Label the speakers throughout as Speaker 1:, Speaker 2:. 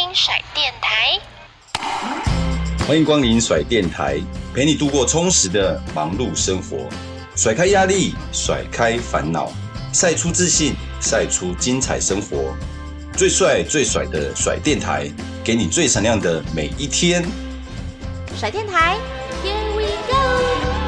Speaker 1: 甩电台，
Speaker 2: 欢迎光临甩电台，陪你度过充实的忙碌生活，甩开压力，甩开烦恼，晒出自信，晒出精彩生活。最帅最甩的甩电台，给你最闪亮的每一天。
Speaker 1: 甩电台 ，Here we go！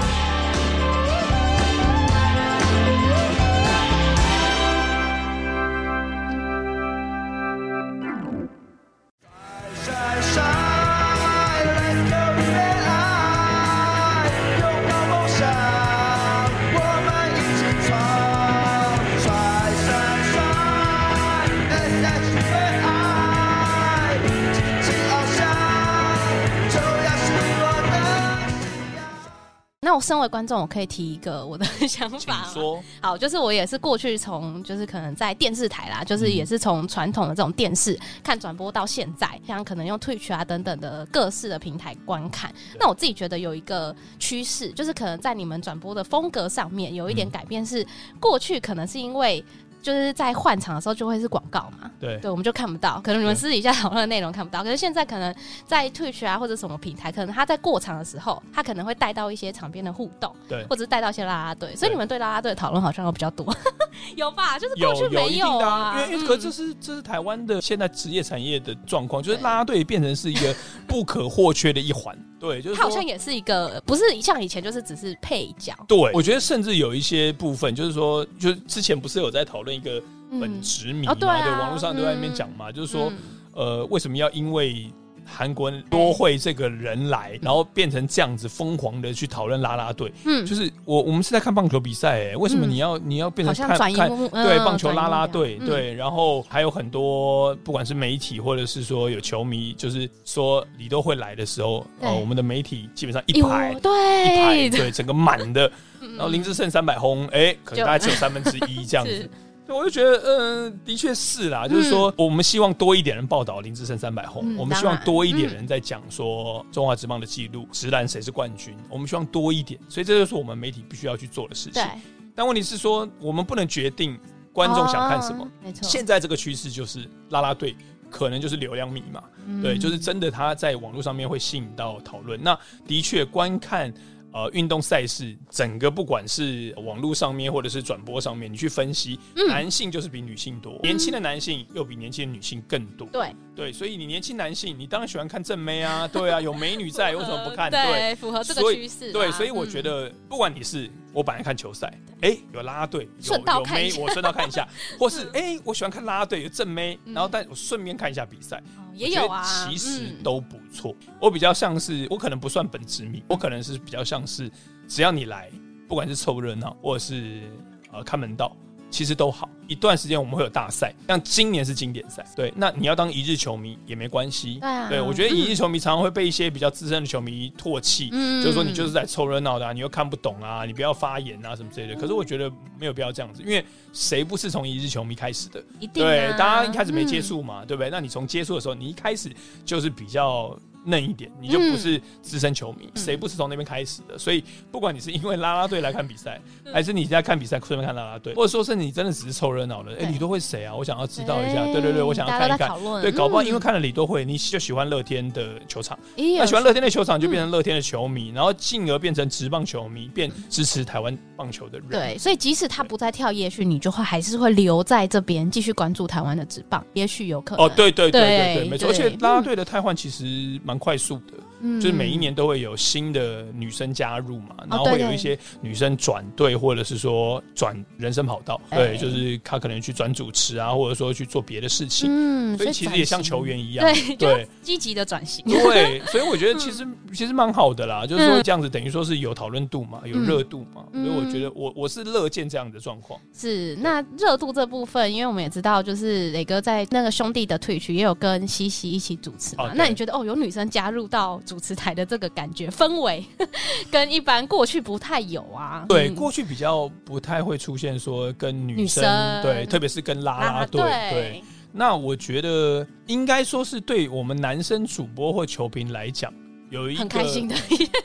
Speaker 3: 那我身为观众，我可以提一个我的想法吗？
Speaker 4: 请说。
Speaker 3: 好，就是我也是过去从就是可能在电视台啦，就是也是从传统的这种电视看转播到现在，像可能用 Twitch 啊等等的各式的平台观看。那我自己觉得有一个趋势，就是可能在你们转播的风格上面有一点改变，是过去可能是因为就是在换场的时候就会是广告嘛，对，我们就看不到，可能你们私底下讨论的内容看不到，可是现在可能在 Twitch 啊或者什么平台，可能他在过场的时候，他可能会带到一些场边的互动，对，或者是带到一些啦啦队，所以你们对啦啦队的讨论好像都比较多，有吧？就是过去没有啊，
Speaker 4: 因为可这是台湾的现在职业产业的状况，就是啦啦队变成是一个不可或缺的一环。对，就是
Speaker 3: 它好像也是一个，不是像以前就是只是配角。
Speaker 4: 对，我觉得甚至有一些部分，就是说，就是之前不是有在讨论一个本质迷嘛？对，网络上都在那边讲嘛，就是说，为什么要因为韩国多会这个人来，然后变成这样子疯狂的去讨论啦啦队？就是我们是在看棒球比赛，为什么你要变成看对棒球啦啦队？对，然后还有很多不管是媒体或者是说有球迷，就是说李多慧来的时候，我们的媒体基本上一排对整个满的，然后林志胜300轰，可能大概只有1/3这样子。我就觉得，的确是啦，就是说，我们希望多一点人报道林志胜300轰，我们希望多一点人在讲说中华职棒的记录，直男谁是冠军，我们希望多一点，所以这就是我们媒体必须要去做的事情。但问题是说，我们不能决定观众想看什么。现在这个趋势就是啦啦队可能就是流量密码，对，就是真的他在网络上面会吸引到讨论。那的确观看。运动赛事整个不管是网络上面或者是转播上面，你去分析，男性就是比女性多，年轻的男性又比年轻的女性更多。对，所以你年轻男性，你当然喜欢看正妹啊，对啊，有美女在，为什么不看？对，
Speaker 3: 符合这个趋势。
Speaker 4: 对，所以我觉得，不管你是我本来看球赛，有啦啦队，有妹，我顺道看一下，或是我喜欢看啦啦队有正妹，然后但我顺便看一下比赛，
Speaker 3: 也有啊，
Speaker 4: 其实都不错。我比较像是，我可能不算本职迷，我可能是比较像是，只要你来，不管是凑热闹或者是看门道，其实都好。一段时间我们会有大赛，像今年是经典赛，对，那你要当一日球迷也没关系。对，我觉得一日球迷常常会被一些比较资深的球迷唾弃，就是说你就是在凑热闹的，你又看不懂啊，你不要发言啊什么之类的。可是我觉得没有必要这样子，因为谁不是从一日球迷开始的？
Speaker 3: 一定
Speaker 4: 对，大家一开始没接触嘛，对不对？那你从接触的时候，你一开始就是比较嫩一点，你就不是资深球迷，谁不是从那边开始的？所以不管你是因为啦啦队来看比赛，还是你在看比赛顺便看啦啦队，或者说是你真的只是凑热闹的，李多慧谁啊？我想要知道一下。对，我想要看一看。对，搞不好因为看了李多慧，你就喜欢乐天的球场，那喜欢乐天的球场就变成乐天的球迷，然后进而变成职棒球迷，变支持台湾棒球的人。
Speaker 3: 对，所以即使他不再跳，也许你就会还是会留在这边继续关注台湾的职棒，也许有可能。
Speaker 4: 对，没错。而且啦啦队的汰换其实蛮快速的。就是每一年都会有新的女生加入嘛，然后会有一些女生转队，或者是说转人生跑道，对，就是她可能去转主持啊，或者说去做别的事情，所以其实也像球员一样，
Speaker 3: 对，积极的转型，
Speaker 4: 对，所以我觉得其实蛮好的啦，就是说这样子等于说是有讨论度嘛，有热度嘛，所以我觉得我是乐见这样的状况。
Speaker 3: 是，那热度这部分，因为我们也知道，就是磊哥在那个兄弟的Twitch也有跟西西一起主持嘛，那你觉得有女生加入到主持台的这个感觉氛围跟一般过去不太有啊。
Speaker 4: 对，过去比较不太会出现说跟女生对，特别是跟啦啦队对。那我觉得应该说是对我们男生主播或球评来讲，有一个
Speaker 3: 很开心的一件事。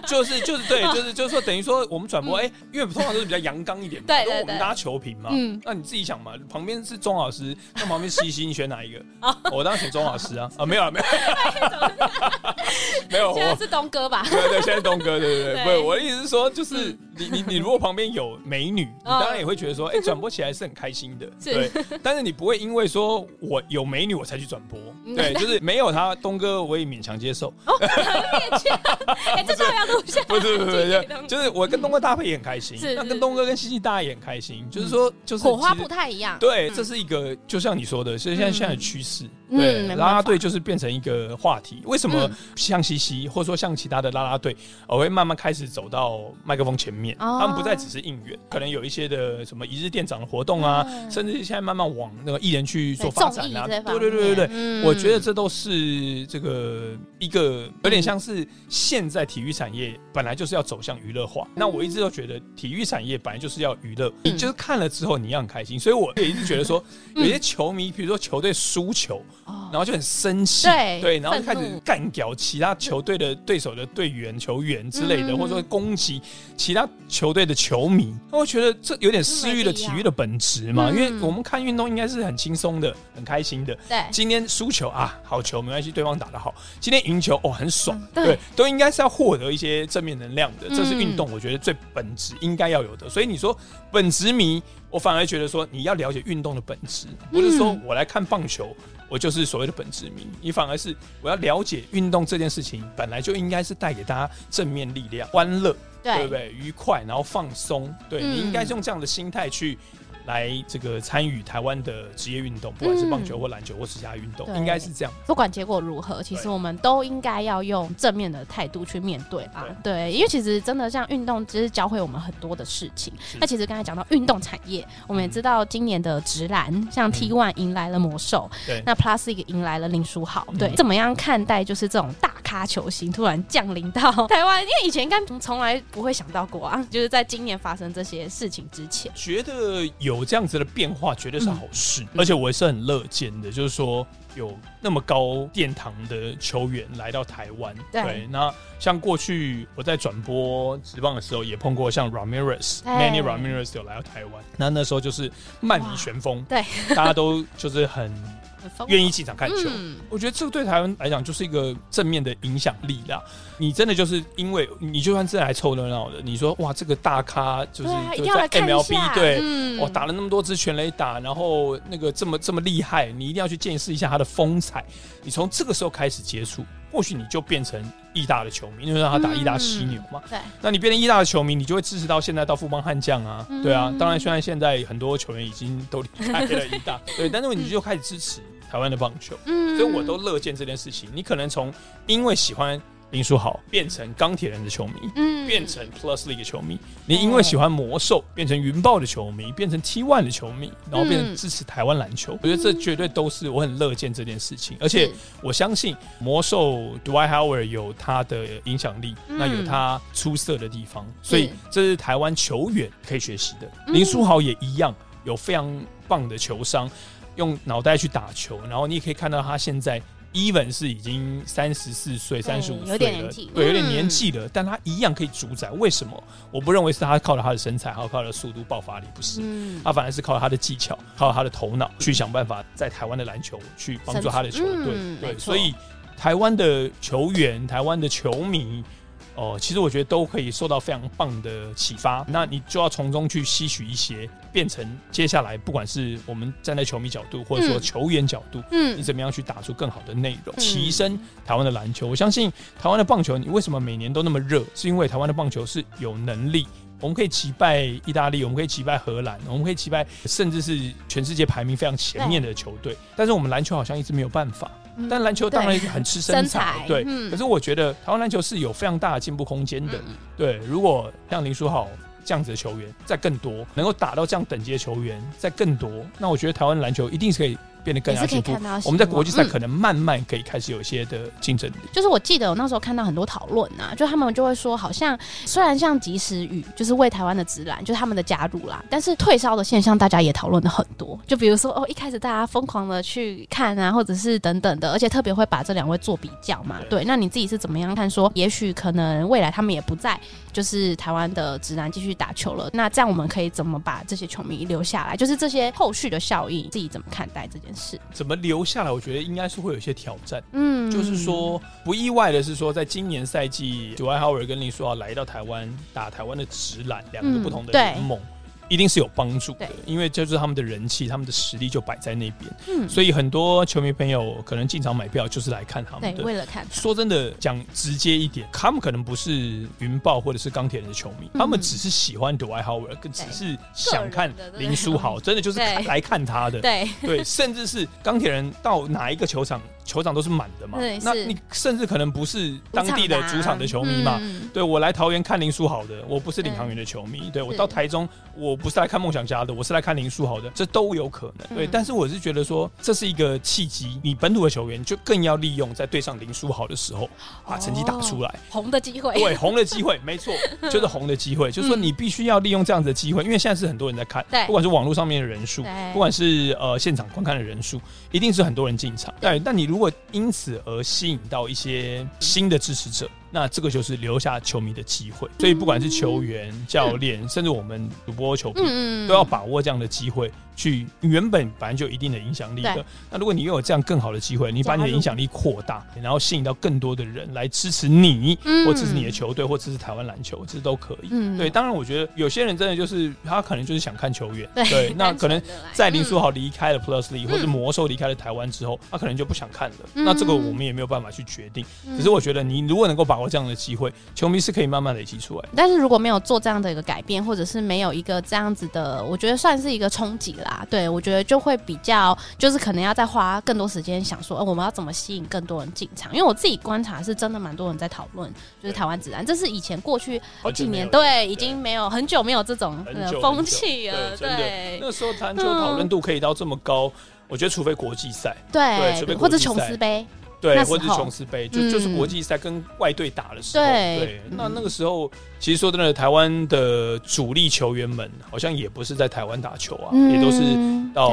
Speaker 4: 就是对，就是说等于说我们转播，因为通常都是比较阳刚一点嘛，
Speaker 3: 对，
Speaker 4: 我们拉球评嘛，那你自己想嘛，旁边是钟老师，那旁边西西，你选哪一个？我当然选钟老师啊，没有，没有，
Speaker 3: 现在是东哥吧？
Speaker 4: 对，现在东哥，对，不是我的意思是说，就是你如果旁边有美女，你当然也会觉得说，转播起来是很开心的，对，但是你不会因为说我有美女我才去转播，对，就是没有他东哥我也勉强接受，
Speaker 3: 勉强，这照要录下来，
Speaker 4: 不是，就是我跟东哥搭配也很开心，那跟东哥跟西西大家也很开心，就是说就是
Speaker 3: 火花不太一样，
Speaker 4: 对，这是一个就像你说的，是现在的趋势，对，啦啦队就是变成一个话题，为什么像西西或者说像其他的啦啦队，我会慢慢开始走到麦克风前面，他们不再只是应援，可能有一些的什么一日店长的活动啊，甚至现在慢慢往那个艺人去做发展啊，对，我觉得这都是这个一个有点像是现在体育产业本来就是要走向娱乐化，那我一直都觉得体育产业本来就是要娱乐，你就是看了之后你要很开心，所以我也一直觉得说有些球迷，比如说球队输球，然后就很生气，对，然后就开始干掉其他球队的对手的队员、球员之类的，或者说攻击其他球队的球迷，我觉得这有点失去了体育的本质嘛，因为我们看运动应该是很轻松的、很开心的。
Speaker 3: 对，
Speaker 4: 今天输球啊，好球没关系，对方打得好；今天赢球很爽，对，都应该是要获得一些正面能量的，这是运动我觉得最本质应该要有的。所以你说本质迷，我反而觉得说你要了解运动的本质，不是说我来看棒球。我就是所谓的本质迷，你反而是我要了解运动这件事情本来就应该是带给大家正面力量、欢乐，对不对？愉快，然后放松，对，你应该是用这样的心态去来这个参与台湾的职业运动，不管是棒球或篮球或其他运动，应该是这样。
Speaker 3: 不管结果如何，其实我们都应该要用正面的态度去面对吧。对，因为其实真的像运动，只是教会我们很多的事情。那其实刚才讲到运动产业，我们也知道今年的职篮，像 T1 迎来了魔兽，那 Plus League 迎来了林书豪，对，怎么样看待就是这种大咖球星突然降临到台湾？因为以前应该从来不会想到过啊，就是在今年发生这些事情之前，
Speaker 4: 觉得有这样子的变化绝对是好事，而且我也是很乐见的，就是说有那么高殿堂的球员来到台湾，对，那像过去我在转播职棒的时候也碰过像 Manny Ramirez 有来到台湾，那时候就是曼尼旋风，对，大家都就是很愿意进场看球，我觉得这个对台湾来讲就是一个正面的影响力啦。你真的就是因为你就算是来凑热闹的，你说哇这个大咖就是在 MLB 对，我打了那么多支全垒打，然后那个这么厉害，你一定要去见识一下他的风采。你从这个时候开始接触，或许你就变成义大的球迷，因为他打义大犀牛嘛。对，那你变成义大的球迷，你就会支持到现在到富邦悍将啊，对啊。当然，虽然现在很多球员已经都离开了义大，对，但是你就开始支持台湾的棒球，所以我都乐见这件事情。你可能从因为喜欢林书豪变成钢铁人的球迷，变成 Plus League 的球迷，你因为喜欢魔兽变成云豹的球迷，变成 T1 的球迷，然后变成支持台湾篮球，我觉得这绝对都是我很乐见这件事情。而且我相信魔兽 Dwight Howard 有他的影响力，那有他出色的地方，所以这是台湾球员可以学习的。林书豪也一样有非常棒的球商，用脑袋去打球，然后你也可以看到他现在even 是已经34岁、35岁了，
Speaker 3: 有点年纪，
Speaker 4: 对，有点年纪了，但他一样可以主宰。为什么？我不认为是他靠了他的身材，还有靠了速度、爆发力，不是，他反而是靠了他的技巧，靠了他的头脑去想办法在台湾的篮球去帮助他的球队。对，所以台湾的球员、台湾的球迷。其实我觉得都可以受到非常棒的启发，那你就要从中去吸取一些，变成接下来不管是我们站在球迷角度，或者说球员角度，你怎么样去打出更好的内容，提升台湾的篮球。我相信台湾的棒球，你为什么每年都那么热，是因为台湾的棒球是有能力。我们可以击败意大利，我们可以击败荷兰，我们可以击败甚至是全世界排名非常前面的球队，但是我们篮球好像一直没有办法。但篮球当然很吃身材，对。可是我觉得台湾篮球是有非常大的进步空间的。对，如果像林书豪这样子的球员再更多，能够打到这样等级的球员再更多，那我觉得台湾篮球一定是可以变得更加进步，我们在国际赛可能慢慢可以开始有一些的竞争力。
Speaker 3: 就是我记得我那时候看到很多讨论啊，就他们就会说，好像虽然像及时雨就是为台湾的职篮就是他们的加入啦，但是退烧的现象大家也讨论的很多。就比如说一开始大家疯狂的去看啊，或者是等等的，而且特别会把这两位做比较嘛。对，那你自己是怎么样看说，也许可能未来他们也不在就是台湾的职篮继续打球了，那这样我们可以怎么把这些球迷留下来？就是这些后续的效应，自己怎么看待这件事？
Speaker 4: 怎么留下来？我觉得应该是会有一些挑战。就是说不意外的是说，在今年赛季，Dwight Howard 跟林书豪来到台湾打台湾的职篮，两个不同的联盟。一定是有帮助的，因为就是他们的人气、他们的实力就摆在那边，所以很多球迷朋友可能进场买票就是来看他们的。
Speaker 3: 对，为了看。
Speaker 4: 说真的，讲直接一点，他们可能不是云豹或者是钢铁人的球迷，他们只是喜欢 Dwight Howard， 只是想看林书豪，真的就是来看他的。对，甚至是钢铁人到哪一个球场都是满的嘛。那你甚至可能不是当地的主场的球迷嘛？对，我来桃园看林书豪的，我不是领航员的球迷。对，我到台中，我不是来看梦想家的，我是来看林书豪的，这都有可能。对，但是我是觉得说，这是一个契机，你本土的球员就更要利用在对上林书豪的时候，把成绩打出来，
Speaker 3: 红的机会。
Speaker 4: 对，红的机会，没错，就是红的机会。就是说，你必须要利用这样子的机会，因为现在是很多人在看，不管是网络上面的人数，不管是现场观看的人数，一定是很多人进场。对，但你如果因此而吸引到一些新的支持者，那这个就是留下球迷的机会。所以不管是球员、教练，甚至我们主播球评，都要把握这样的机会，去原本来就有一定的影响力的。那如果你拥有这样更好的机会，你把你的影响力扩大，然后吸引到更多的人来支持你，或支持你的球队，或支持台湾篮球，这都可以。对，当然我觉得有些人真的就是他可能就是想看球员，对，那可能在林书豪离开了 Plus League 或者魔兽离开了台湾之后，他可能就不想看了。那这个我们也没有办法去决定。只是我觉得你如果能够把握这样的机会，球迷是可以慢慢累积出来。
Speaker 3: 但是如果没有做这样的一个改变，或者是没有一个这样子的，我觉得算是一个冲击啦。对，我觉得就会比较，就是可能要再花更多时间想说，我们要怎么吸引更多人进场。因为我自己观察是真的蛮多人在讨论，就是台湾职篮，这是以前过去好几年已经没有很久没有这种风气了。对，
Speaker 4: 那个时候篮球讨论度可以到这么高，我觉得除非国际赛，
Speaker 3: 对，或者琼斯杯。
Speaker 4: 对，或者是琼斯杯，就是国际赛跟外队打的时候，对，那个时候，其实说真的，台湾的主力球员们好像也不是在台湾打球啊，也都是到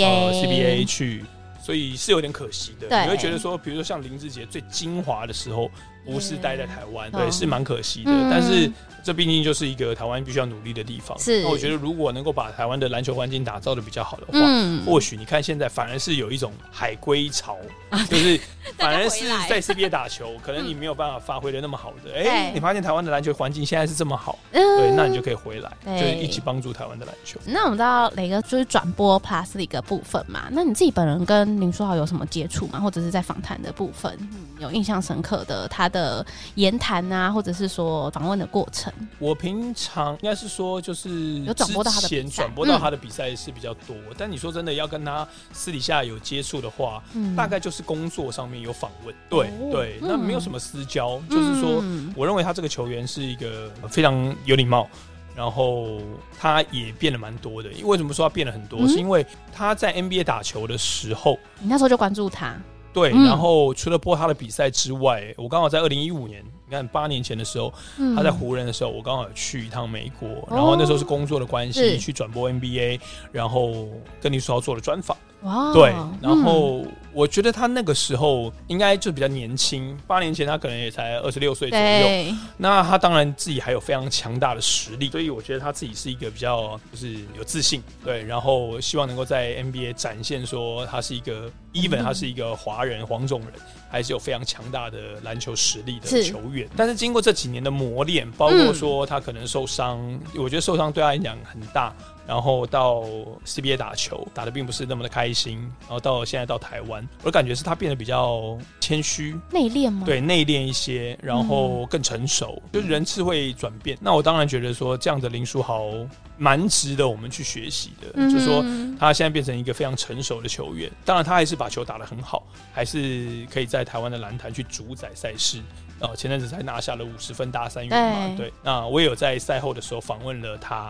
Speaker 4: CBA 去，所以是有点可惜的。你会觉得说，比如说像林志杰最精华的时候，不是待在台湾，对，是蛮可惜的。但是这毕竟就是一个台湾必须要努力的地方。那我觉得如果能够把台湾的篮球环境打造的比较好的话，或许你看现在反而是有一种海归潮，就是反而是在 CBA 打球，可能你没有办法发挥的那么好的，你发现台湾的篮球环境现在是这么好，对，那你就可以回来，就是一起帮助台湾的篮球。
Speaker 3: 那我们知道磊哥就是转播 Plus League 的部分嘛，那你自己本人跟林书豪有什么接触吗？或者是在访谈的部分，有印象深刻的他的言谈啊，或者是说访问的过程？
Speaker 4: 我平常应该是说，就是
Speaker 3: 有转播到他的比赛，
Speaker 4: 转播到他的比赛是比较多。但你说真的要跟他私底下有接触的话，大概就是工作上面有访问，对，那没有什么私交。就是说，我认为他这个球员是一个非常有礼貌，然后他也变得蛮多的。为什么说他变了很多？是因为他在 NBA 打球的时候，
Speaker 3: 你那时候就关注他。
Speaker 4: 对，然后除了播他的比赛之外，我刚好在2015年，你看8年前的时候，他在湖人的时候，我刚好有去一趟美国，然后那时候是工作的关系去转播 NBA， 然后跟林书豪做了专访。对，然后我觉得他那个时候应该就比较年轻，8年前他可能也才26岁左右。那他当然自己还有非常强大的实力，所以我觉得他自己是一个比较就是有自信，对，然后希望能够在 NBA 展现说他是一个even 他是一个华人黄种人，还是有非常强大的篮球实力的球员。但是经过这几年的磨练，包括说他可能受伤，我觉得受伤对他来讲很大。然后到 CBA 打球，打得并不是那么的开心，然后到现在到台湾，我的感觉是他变得比较谦虚、内敛吗？对，内敛一些，然后更成熟，就是人是会转变。那我当然觉得说，这样的林书豪蛮值得我们去学习的，就是说他现在变成一个非常成熟的球员。当然，他还是把球打得很好，还是可以在台湾的篮坛去主宰赛事。前阵子才拿下了50分大3元嘛，对。那我也有在赛后的时候访问了他。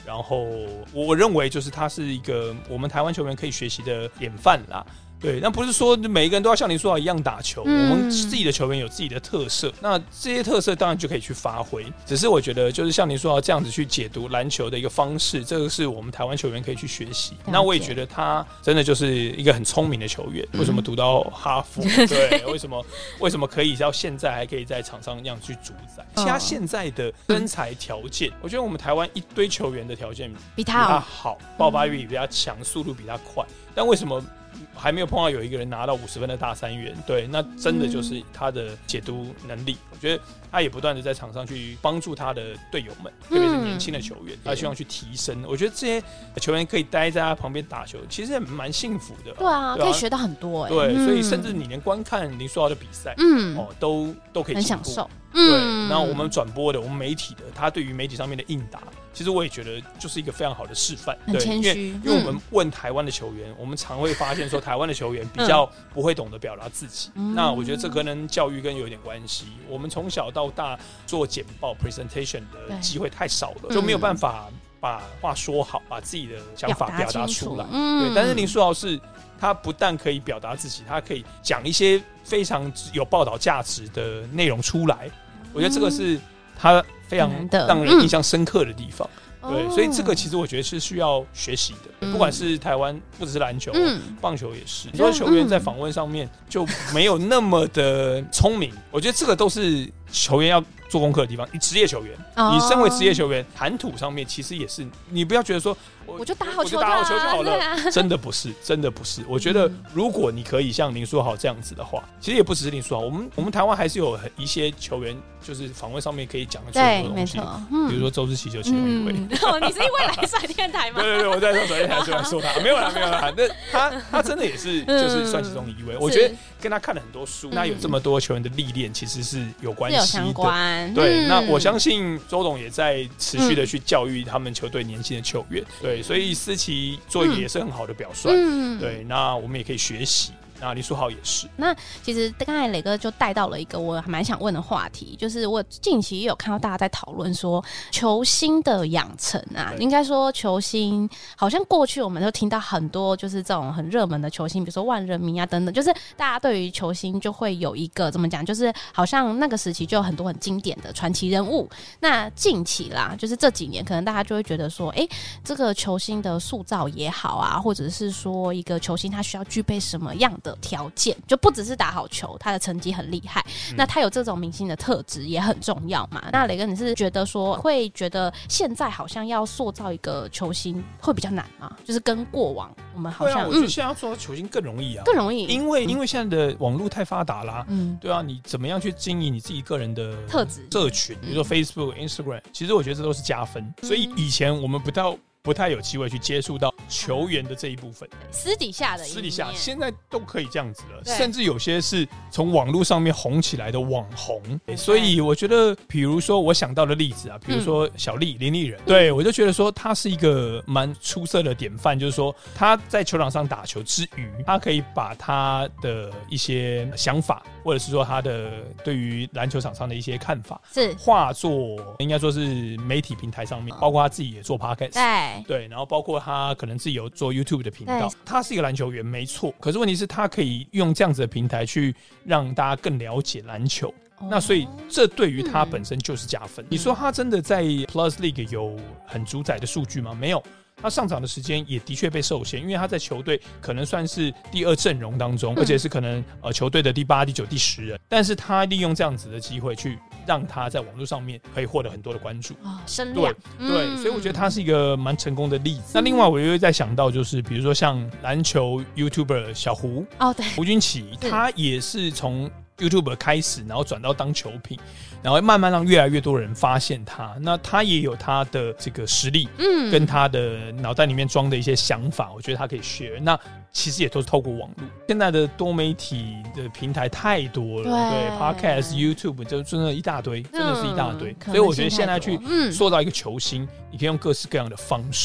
Speaker 4: 然后我认为就是他是一个我们台湾球员可以学习的典范啦。对，那不是说每一个人都要像林书豪一样打球，我们自己的球员有自己的特色，那这些特色当然就可以去发挥。只是我觉得，就是像林书豪这样子去解读篮球的一个方式，这个是我们台湾球员可以去学习。那我也觉得他真的就是一个很聪明的球员。为什么读到哈佛？对，为什么可以到现在还可以在场上那样去主宰？其实他现在的身材条件，我觉得我们台湾一堆球员的条件比他好，爆发力比他强，速度比他快，但为什么还没有碰到有一个人拿到50分的大三元？对，那真的就是他的解读能力。我觉得他也不断的在场上去帮助他的队友们，特别是年轻的球员，他希望去提升。我觉得这些球员可以待在他旁边打球，其实也蛮幸福的。
Speaker 3: 对啊，可以学到很多哎。
Speaker 4: 对，所以甚至你连观看林书豪的比赛，都可以进步，
Speaker 3: 很享受。
Speaker 4: 对，那我们转播的，我们媒体的，他对于媒体上面的应答，其实我也觉得就是一个非常好的示范。
Speaker 3: 很谦虚，
Speaker 4: 因为我们问台湾的球员，我们常会发现说台湾的球员比较不会懂得表达自己。那我觉得这可能教育跟有点关系。我们从小到大做简报 presentation 的机会太少了，就没有办法把话说好，把自己的想法表达出来。对，但是林书豪是他不但可以表达自己，他可以讲一些非常有报道价值的内容出来。我觉得这个是他非常让人印象深刻的地方。对，所以这个其实我觉得是需要学习的。不管是台湾，不只是篮球，棒球也是。很多球员在访问上面就没有那么的聪明，我觉得这个都是球员要做功课的地方。你职业球员，你身为职业球员，谈吐上面其实也是，你不要觉得说
Speaker 3: 我就打好球
Speaker 4: 就好了，真的不是，真的不是。我觉得如果你可以像林书豪这样子的话，其实也不只是林书豪，我们台湾还是有一些球员，就是访问上面可以讲得出很多东西，比如说周志齐就其中一位。
Speaker 3: 你是因为来甩电台吗？
Speaker 4: 对，我在说甩电台，就来说他，没有啦。那他真的也是，就是算其中一位。我觉得跟他看了很多书，他有这么多球员的历练，其实是有关系的。对，那我相信周董也在持续的去教育他们球队年轻的球员。对，所以思齐做一个也是很好的表率。对，那我们也可以学习。那林书豪也是。
Speaker 3: 那其实刚才磊哥就带到了一个我还蛮想问的话题，就是我近期也有看到大家在讨论说球星的养成啊，应该说球星好像过去我们都听到很多就是这种很热门的球星，比如说万人迷啊等等，就是大家对于球星就会有一个怎么讲，就是好像那个时期就有很多很经典的传奇人物。那近期啦，就是这几年可能大家就会觉得说，这个球星的塑造也好啊，或者是说一个球星他需要具备什么样的条件，就不只是打好球，他的成绩很厉害，那他有这种明星的特质也很重要嘛。那磊哥，你是觉得说会觉得现在好像要塑造一个球星会比较难吗？就是跟过往我们好像，
Speaker 4: 我觉得现在要做球星更容易啊，
Speaker 3: 更容易，
Speaker 4: 因为现在的网络太发达啦。对啊，你怎么样去经营你自己个人的
Speaker 3: 特质
Speaker 4: 社群，比如说 Facebook、Instagram， 其实我觉得这都是加分。所以以前我们不太有机会去接触到球员的这一部分，
Speaker 3: 私底下
Speaker 4: 现在都可以这样子了，甚至有些是从网络上面红起来的网红。所以我觉得，比如说我想到的例子啊，比如说小丽林立人，对，我就觉得说他是一个蛮出色的典范，就是说他在球场上打球之余，他可以把他的一些想法，或者是说他的对于篮球场上的一些看法，是化作应该说是媒体平台上面，包括他自己也做 podcast。对，然后包括他可能自己有做 YouTube 的频道，他是一个篮球员没错，可是问题是他可以用这样子的平台去让大家更了解篮球。那所以这对于他本身就是加分。你说他真的在 Plus League 有很主宰的数据吗？没有。他上场的时间也的确被受限，因为他在球队可能算是第2阵容当中，而且是可能球队的第8、第9、第10人。但是他利用这样子的机会去让他在网络上面可以获得很多的关注，
Speaker 3: 声量。
Speaker 4: 对，所以我觉得他是一个蛮成功的例子。那另外我又在想到，就是比如说像篮球 YouTuber 小胡，对，胡君琪，他也是从YouTuber 开始，然后转到当球评，然后慢慢让越来越多人发现他。那他也有他的这个实力，跟他的脑袋里面装的一些想法，我觉得他可以 share。那其实也都是透过网络，现在的多媒体的平台太多了，对 ，Podcast、YouTube 就真的一大堆，真的是一大堆。所以我觉得现在去塑造一个球星，你可以用各式各样的方式。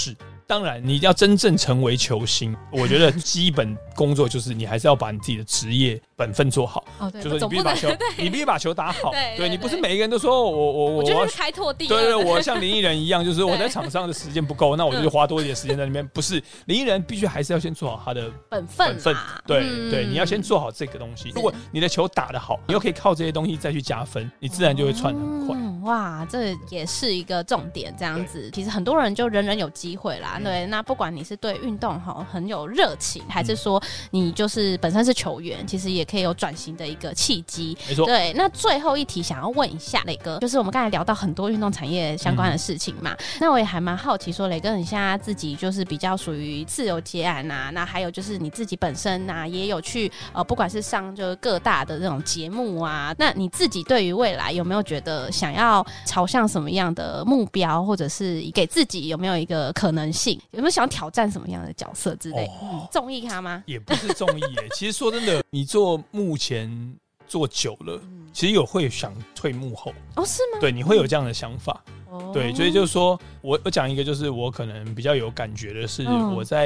Speaker 4: 当然你要真正成为球星，我觉得基本工作就是你还是要把你自己的职业本分做好。就是你必须把球，你必须把球打好。对，你不是每一个人都说我
Speaker 3: 就是开拓地。
Speaker 4: 对，我像林奕人一样，就是我在场上的时间不够，那我就花多一点时间在那边。不是，林奕人必须还是要先做好他的
Speaker 3: 本分。
Speaker 4: 对，你要先做好这个东西。如果你的球打得好，你又可以靠这些东西再去加分，你自然就会窜得很快。
Speaker 3: 哇，这也是一个重点，这样子。其实很多人就人人有机会啦。对，那不管你是对运动很有热情，还是说你就是本身是球员，其实也可以有转型的一个契机。
Speaker 4: 没错。
Speaker 3: 对，那最后一题想要问一下磊哥，就是我们刚才聊到很多运动产业相关的事情嘛，那我也还蛮好奇说，磊哥你现在自己就是比较属于自由接案啊，那还有就是你自己本身啊也有去不管是上就是各大的这种节目啊，那你自己对于未来有没有觉得想要朝向什么样的目标，或者是给自己有没有一个可能性，有没有想要挑战什么样的角色之类？综艺咖吗？
Speaker 4: 也不是综艺耶。其实说真的，你目前做久了，其实会想退幕后。
Speaker 3: 是吗？
Speaker 4: 对，你会有这样的想法。对，所以就是说我讲一个，就是我可能比较有感觉的是，我在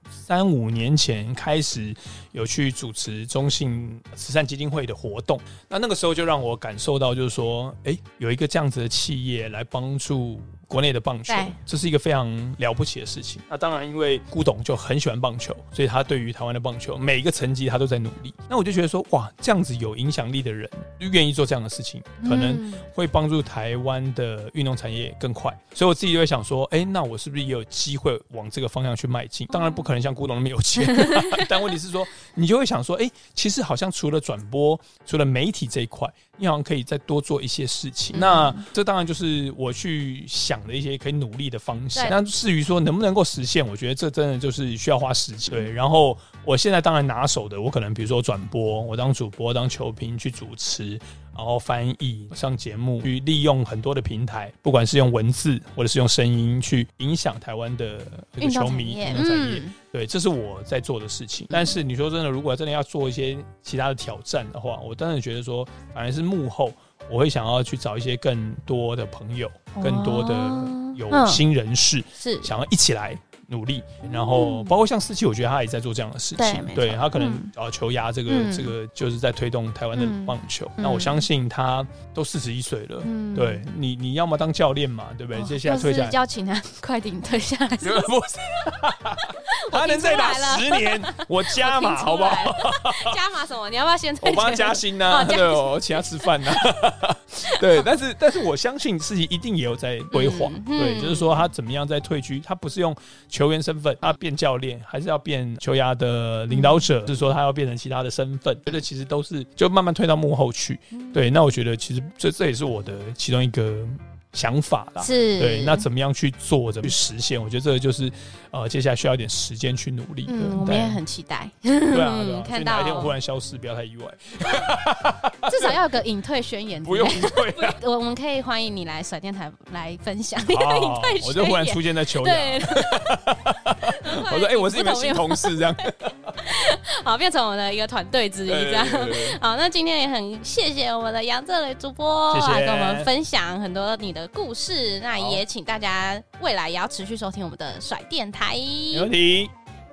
Speaker 4: 3-5年前开始有去主持中信慈善基金会的活动，那个时候就让我感受到，就是说，有一个这样子的企业来帮助国内的棒球，这是一个非常了不起的事情。那当然，因为古董就很喜欢棒球，所以他对于台湾的棒球每一个层级他都在努力。那我就觉得说，哇，这样子有影响力的人愿意做这样的事情，可能会帮助台湾的运动产业更快。所以我自己就会想说，那我是不是也有机会往这个方向去迈进？当然不可能像古董那么有钱，但问题是说，你就会想说，其实好像除了转播，除了媒体这一块，你好像可以再多做一些事情。那这当然就是我去想的一些可以努力的方向。那至于说能不能够实现，我觉得这真的就是需要花时间。对，然后我现在当然拿手的，我可能比如说转播，我当主播、当球评去主持，然后翻译、上节目，去利用很多的平台，不管是用文字或者是用声音，去影响台湾的这个球迷、运动产业。对，这是我在做的事情。但是你说真的，如果真的要做一些其他的挑战的话，我真的觉得说，反而是幕后，我会想要去找一些更多的朋友，更多的有心人士，是想要一起来努力。然后包括像47，我觉得他也在做这样的事情。对，他可能球牙这个就是在推动台湾的棒球。那我相信他都41岁了，对你要么当教练嘛，对不对？接下来退下来，
Speaker 3: 要请他快点退下来。
Speaker 4: 不是，他能再打10年，我加码好不好？
Speaker 3: 加码什么？你要不要先退？
Speaker 4: 我帮他加薪啊，对，我请他吃饭啊。对，但是我相信47一定也有在规划。对，就是说他怎么样在退居，他不是用球员身份，他变教练，还是要变球牙的领导者，就是说他要变成其他的身份。觉得其实都是就慢慢退到幕后去。对，那我觉得其实这也是我的其中一个想法啦。
Speaker 3: 是，
Speaker 4: 对，那怎么样去做，怎么去实现？我觉得这个就是接下来需要一点时间去努力的。
Speaker 3: 我们也很期待。
Speaker 4: 对啊，看到哪一天我忽然消失，不要太意外。
Speaker 3: 至少要有个隐退宣言。
Speaker 4: 不用隐退啊，
Speaker 3: 我们可以欢迎你来甩电台来分享你的隐退宣言。
Speaker 4: 我就忽然出现在球员。我说我是你们新同事这样。
Speaker 3: 好，变成我们的一个团队之一这样。好，那今天也很谢谢我们的杨振磊主播，
Speaker 4: 谢谢
Speaker 3: 来跟我们分享很多你的故事。那也请大家未来也要持续收听我们的甩电台。
Speaker 4: 没问题。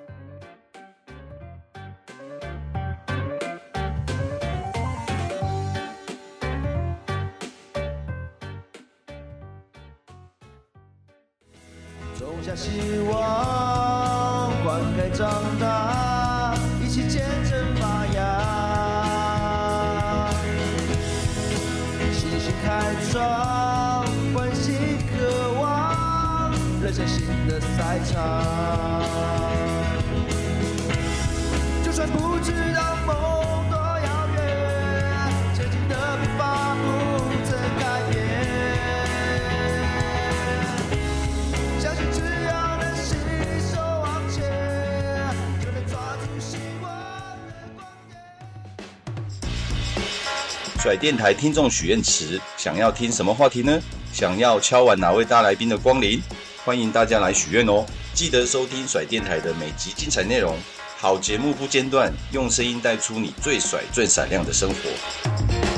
Speaker 5: 种下希望，灌溉长大，一起见证发芽。信心开创，欢喜渴望，人生新的赛场。就算不知道梦多遥远，前进的步伐不曾改变。相信只要能携手往前，就能抓住希望的光点。
Speaker 2: 甩电台听众许愿池，想要听什么话题呢？想要敲碗哪位大来宾的光临？欢迎大家来许愿哦！记得收听甩电台的每集精彩内容，好节目不间断，用声音带出你最甩最闪亮的生活。